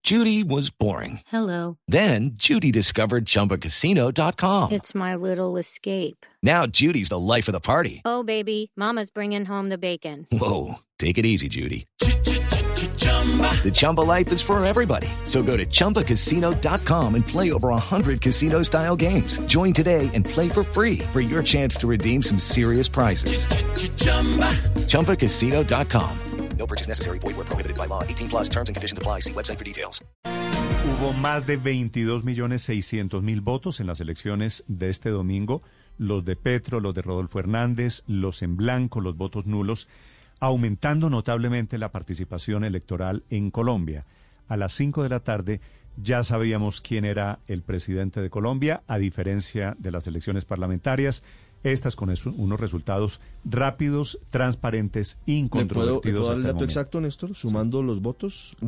Judy was boring. Hello. Then Judy discovered ChumbaCasino.com. It's my little escape. Now Judy's the life of the party. Oh, baby, mama's bringing home the bacon. Whoa, take it easy, Judy. The Chumba life is for everybody. So go to ChumbaCasino.com and play over 100 casino-style games. Join today and play for free for your chance to redeem some serious prizes. ChumbaCasino.com. No purchase necessary. Void where prohibited by law. 18 plus terms and conditions apply. See website for details. Hubo más de 22.600.000 votos en las elecciones de este domingo. Los de Petro, los de Rodolfo Hernández, los en blanco, los votos nulos, aumentando notablemente la participación electoral en Colombia. A las 5 de la tarde ya sabíamos quién era el presidente de Colombia, a diferencia de las elecciones parlamentarias. Estas con unos resultados rápidos, transparentes, incontrovertidos. ¿Le puedo dar el hasta dato exacto, Néstor? Sumando los votos,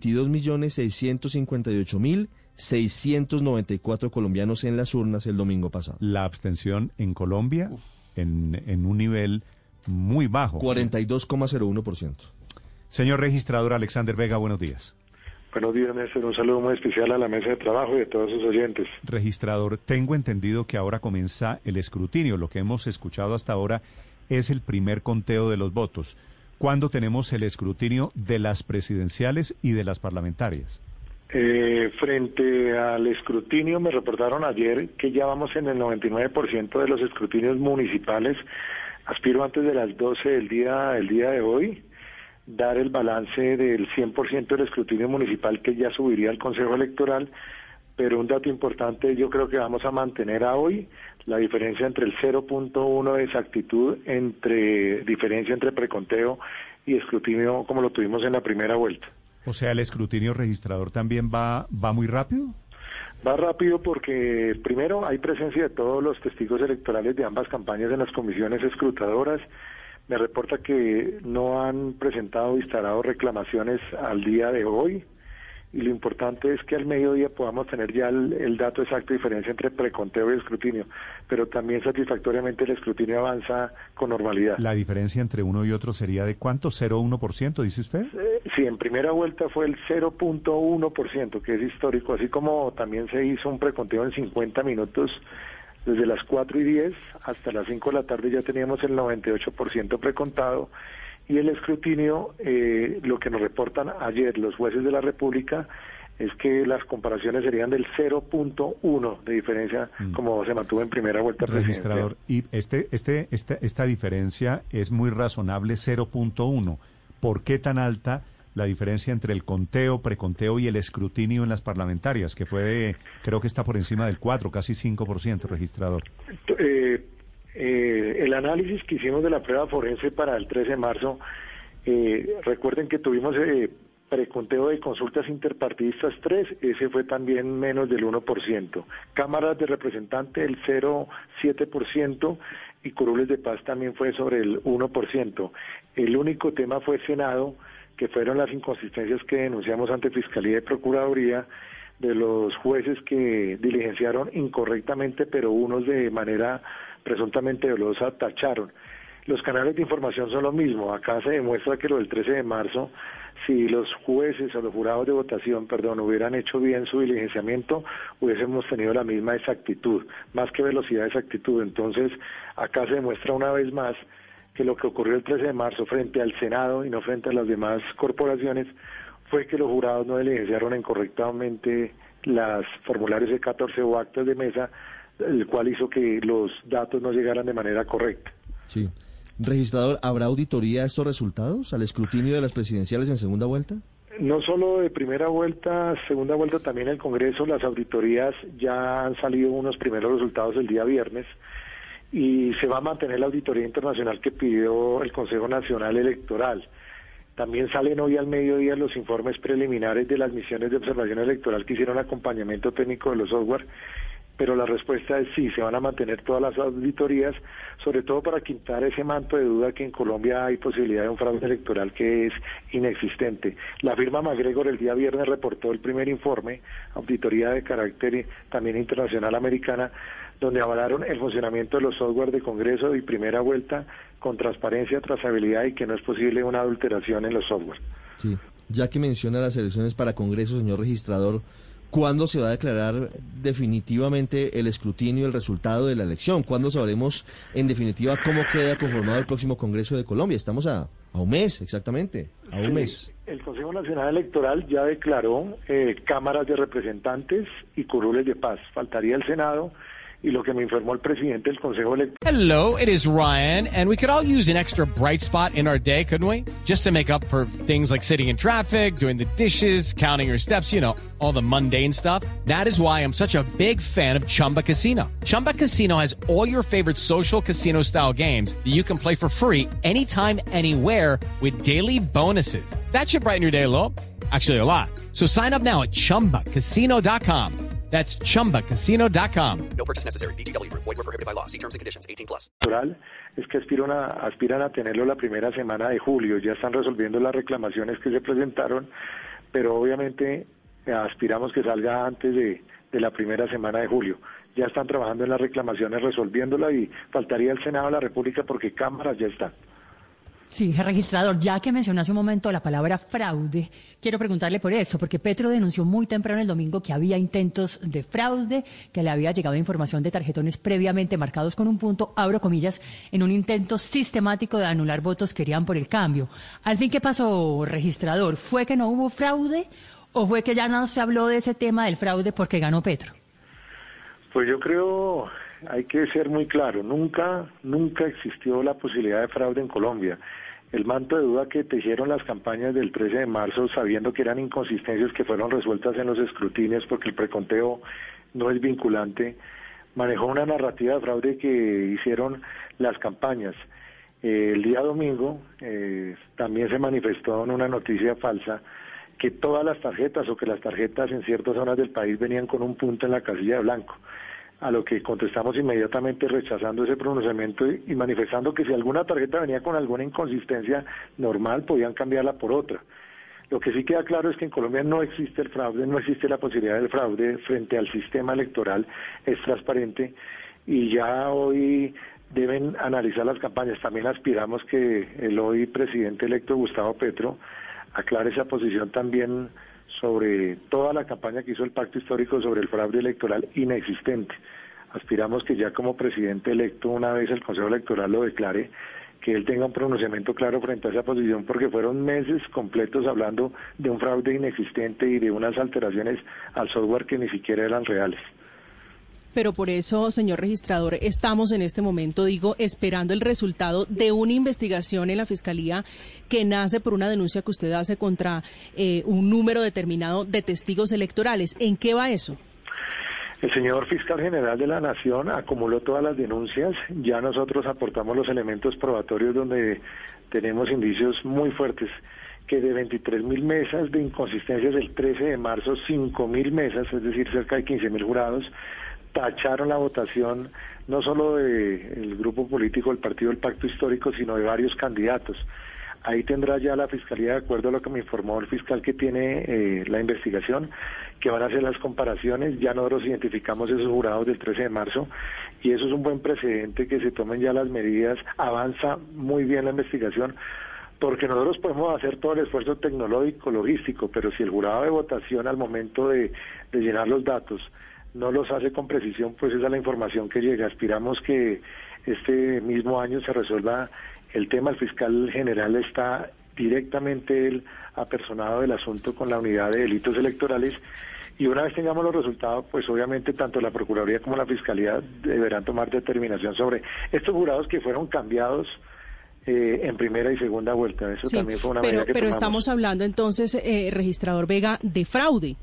22.658.694 colombianos en las urnas el domingo pasado. La abstención en Colombia en un nivel muy bajo. 42,01%. Señor registrador Alexander Vega, buenos días. Buenos días, Néstor. Un saludo muy especial a la mesa de trabajo y a todos sus oyentes. Registrador, tengo entendido que ahora comienza el escrutinio. Lo que hemos escuchado hasta ahora es el primer conteo de los votos. ¿Cuándo tenemos el escrutinio de las presidenciales y de las parlamentarias? Frente al escrutinio, me reportaron ayer que ya vamos en el 99% de los escrutinios municipales. Aspiro antes de las 12 del día de hoy dar el balance del 100% del escrutinio municipal que ya subiría al Consejo Electoral, pero un dato importante, yo creo que vamos a mantener a hoy la diferencia entre el 0.1 de exactitud diferencia entre preconteo y escrutinio como lo tuvimos en la primera vuelta. O sea, ¿el escrutinio registrador también va muy rápido? Va rápido porque, primero, hay presencia de todos los testigos electorales de ambas campañas en las comisiones escrutadoras. Me reporta que no han presentado o instalado reclamaciones al día de hoy, y lo importante es que al mediodía podamos tener ya el dato exacto de diferencia entre preconteo y escrutinio, pero también satisfactoriamente el escrutinio avanza con normalidad. ¿La diferencia entre uno y otro sería de cuánto? ¿0,1%, dice usted? Sí, en primera vuelta fue el 0.1%, que es histórico, así como también se hizo un preconteo en 50 minutos. Desde las 4:10 hasta las 5 de la tarde ya teníamos el 98% precontado, y el escrutinio, lo que nos reportan ayer los jueces de la República es que las comparaciones serían del 0.1 de diferencia, como se mantuvo en primera vuelta presidencial. Registrador, y esta diferencia es muy razonable, 0.1. ¿Por qué tan alta la diferencia entre el conteo, preconteo y el escrutinio en las parlamentarias, que creo que está por encima del 4, casi 5%, registrador? El análisis que hicimos de la prueba forense para el 13 de marzo, recuerden que tuvimos preconteo de consultas interpartidistas 3, ese fue también menos del 1%. Cámaras de representantes el 0.7%, y curules de paz también fue sobre el 1%. El único tema fue Senado, que fueron las inconsistencias que denunciamos ante Fiscalía y Procuraduría de los jueces que diligenciaron incorrectamente, pero unos de manera presuntamente dolosa tacharon. Los canales de información son lo mismo. Acá se demuestra que lo del 13 de marzo, si los jueces o los jurados de votación, hubieran hecho bien su diligenciamiento, hubiésemos tenido la misma exactitud, más que velocidad, exactitud. Entonces, acá se demuestra una vez más que lo que ocurrió el 13 de marzo frente al Senado y no frente a las demás corporaciones fue que los jurados no diligenciaron incorrectamente las formularios de 14 o actas de mesa, el cual hizo que los datos no llegaran de manera correcta. Sí. Registrador, ¿habrá auditoría a estos resultados, al escrutinio de las presidenciales en segunda vuelta? No solo de primera vuelta, segunda vuelta, también el Congreso, las auditorías, ya han salido unos primeros resultados el día viernes, y se va a mantener la auditoría internacional que pidió el Consejo Nacional Electoral. También salen hoy al mediodía los informes preliminares de las misiones de observación electoral que hicieron acompañamiento técnico de los software, pero la respuesta es sí, se van a mantener todas las auditorías, sobre todo para quitar ese manto de duda que en Colombia hay posibilidad de un fraude electoral que es inexistente. La firma MacGregor el día viernes reportó el primer informe, auditoría de carácter también internacional americana, donde avalaron el funcionamiento de los software de Congreso y primera vuelta con transparencia, trazabilidad y que no es posible una adulteración en los software. Sí. Ya que menciona las elecciones para Congreso, señor registrador, ¿cuándo se va a declarar definitivamente el escrutinio, el resultado de la elección? ¿Cuándo sabremos, en definitiva, cómo queda conformado el próximo Congreso de Colombia? Estamos a un mes, exactamente, a un mes. El Consejo Nacional Electoral ya declaró cámaras de representantes y curules de paz. Faltaría el Senado. Y lo que me informó el presidente del Consejo Electoral. Hello, it is Ryan, and we could all use an extra bright spot in our day, couldn't we? Just to make up for things like sitting in traffic, doing the dishes, counting your steps, all the mundane stuff. That is why I'm such a big fan of Chumba Casino. Chumba Casino has all your favorite social casino-style games that you can play for free anytime, anywhere with daily bonuses. That should brighten your day a little. Actually, a lot. So sign up now at ChumbaCasino.com. That's ChumbaCasino.com. No purchase necessary. VGW Group. Void where prohibited by law. See terms and conditions. 18+. Es que aspiran a tenerlo la primera semana de julio. Ya están resolviendo las reclamaciones que se presentaron, pero obviamente aspiramos que salga antes de la primera semana de julio. Ya están trabajando en las reclamaciones, resolviéndola, y faltaría el Senado de la República porque cámaras ya están. Sí, registrador, ya que mencionó hace un momento la palabra fraude, quiero preguntarle por eso, porque Petro denunció muy temprano el domingo que había intentos de fraude, que le había llegado información de tarjetones previamente marcados con un punto, abro comillas, en un intento sistemático de anular votos que querían por el cambio. Al fin, ¿qué pasó, registrador? ¿Fue que no hubo fraude o fue que ya no se habló de ese tema del fraude porque ganó Petro? Pues yo creo, hay que ser muy claro, nunca existió la posibilidad de fraude en Colombia. El manto de duda que tejieron las campañas del 13 de marzo, sabiendo que eran inconsistencias que fueron resueltas en los escrutinios porque el preconteo no es vinculante, manejó una narrativa de fraude que hicieron las campañas. El día domingo también se manifestó en una noticia falsa que todas las tarjetas o que las tarjetas en ciertas zonas del país venían con un punto en la casilla de blanco, a lo que contestamos inmediatamente rechazando ese pronunciamiento y manifestando que si alguna tarjeta venía con alguna inconsistencia normal, podían cambiarla por otra. Lo que sí queda claro es que en Colombia no existe el fraude, no existe la posibilidad del fraude frente al sistema electoral, es transparente y ya hoy deben analizar las campañas. También aspiramos que el hoy presidente electo Gustavo Petro aclare esa posición también sobre toda la campaña que hizo el Pacto Histórico sobre el fraude electoral inexistente. Aspiramos que ya como presidente electo, una vez el Consejo Electoral lo declare, que él tenga un pronunciamiento claro frente a esa posición, porque fueron meses completos hablando de un fraude inexistente y de unas alteraciones al software que ni siquiera eran reales. Pero por eso, señor registrador, estamos en este momento, esperando el resultado de una investigación en la Fiscalía que nace por una denuncia que usted hace contra un número determinado de testigos electorales. ¿En qué va eso? El señor fiscal general de la Nación acumuló todas las denuncias, ya nosotros aportamos los elementos probatorios donde tenemos indicios muy fuertes, que de 23.000 mesas de inconsistencias del 13 de marzo, 5.000 mesas, es decir, cerca de 15.000 jurados, tacharon la votación no solo del grupo político, el partido del Pacto Histórico, sino de varios candidatos. Ahí tendrá ya la Fiscalía, de acuerdo a lo que me informó el fiscal que tiene la investigación, que van a hacer las comparaciones. Ya nosotros identificamos esos jurados del 13 de marzo y eso es un buen precedente, que se tomen ya las medidas. Avanza muy bien la investigación, porque nosotros podemos hacer todo el esfuerzo tecnológico, logístico, pero si el jurado de votación al momento de llenar los datos no los hace con precisión, pues esa es la información que llega. Aspiramos que este mismo año se resuelva el tema. El fiscal general está directamente él apersonado del asunto con la unidad de delitos electorales, y una vez tengamos los resultados, pues obviamente tanto la Procuraduría como la Fiscalía deberán tomar determinación sobre estos jurados que fueron cambiados en primera y segunda vuelta. Eso sí, también fue una medida que pero tomamos. Estamos hablando entonces, registrador Vega, de fraude.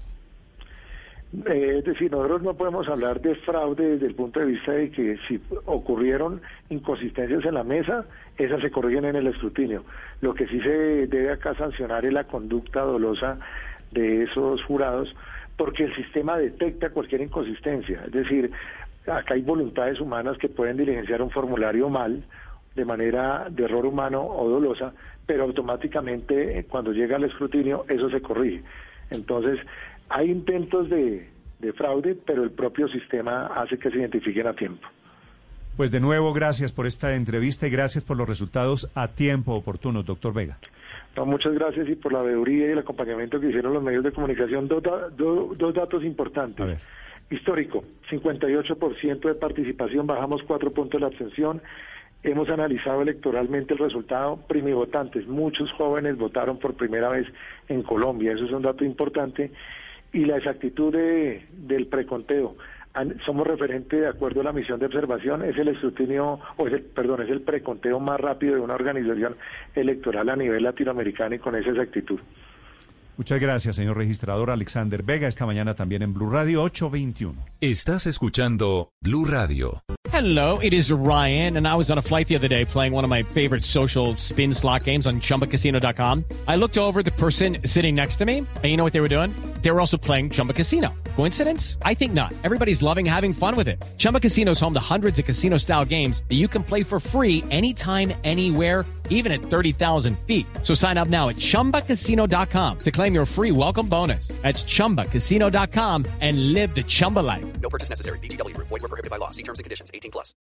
Es decir, nosotros no podemos hablar de fraude desde el punto de vista de que si ocurrieron inconsistencias en la mesa, esas se corrigen en el escrutinio. Lo que sí se debe acá sancionar es la conducta dolosa de esos jurados, porque el sistema detecta cualquier inconsistencia. Es decir, acá hay voluntades humanas que pueden diligenciar un formulario mal, de manera de error humano o dolosa, pero automáticamente cuando llega al escrutinio eso se corrige. Entonces, hay intentos de fraude, pero el propio sistema hace que se identifiquen a tiempo. Pues de nuevo, gracias por esta entrevista y gracias por los resultados a tiempo oportuno, doctor Vega. No, muchas gracias y por la veeduría y el acompañamiento que hicieron los medios de comunicación. Dos datos importantes. Histórico, 58% de participación, bajamos 4 puntos la abstención. Hemos analizado electoralmente el resultado, primivotantes, muchos jóvenes votaron por primera vez en Colombia, eso es un dato importante. Y la exactitud del preconteo. Somos referentes, de acuerdo a la misión de observación, es el escrutinio, es el preconteo más rápido de una organización electoral a nivel latinoamericano y con esa exactitud. Muchas gracias, señor registrador Alexander Vega. Esta mañana también en Blue Radio 8:21. Estás escuchando Blue Radio. Hello, it is Ryan, and I was on a flight the other day playing one of my favorite social spin slot games on ChumbaCasino.com. I looked over at the person sitting next to me, and you know what they were doing? They were also playing Chumba Casino. Coincidence? I think not. Everybody's loving having fun with it. Chumba Casino is home to hundreds of casino-style games that you can play for free anytime, anywhere, even at 30,000 feet. So sign up now at ChumbaCasino.com to claim your free welcome bonus. That's ChumbaCasino.com and live the Chumba life. No purchase necessary. VGW Group. Void where prohibited by law. See terms and conditions. 18+.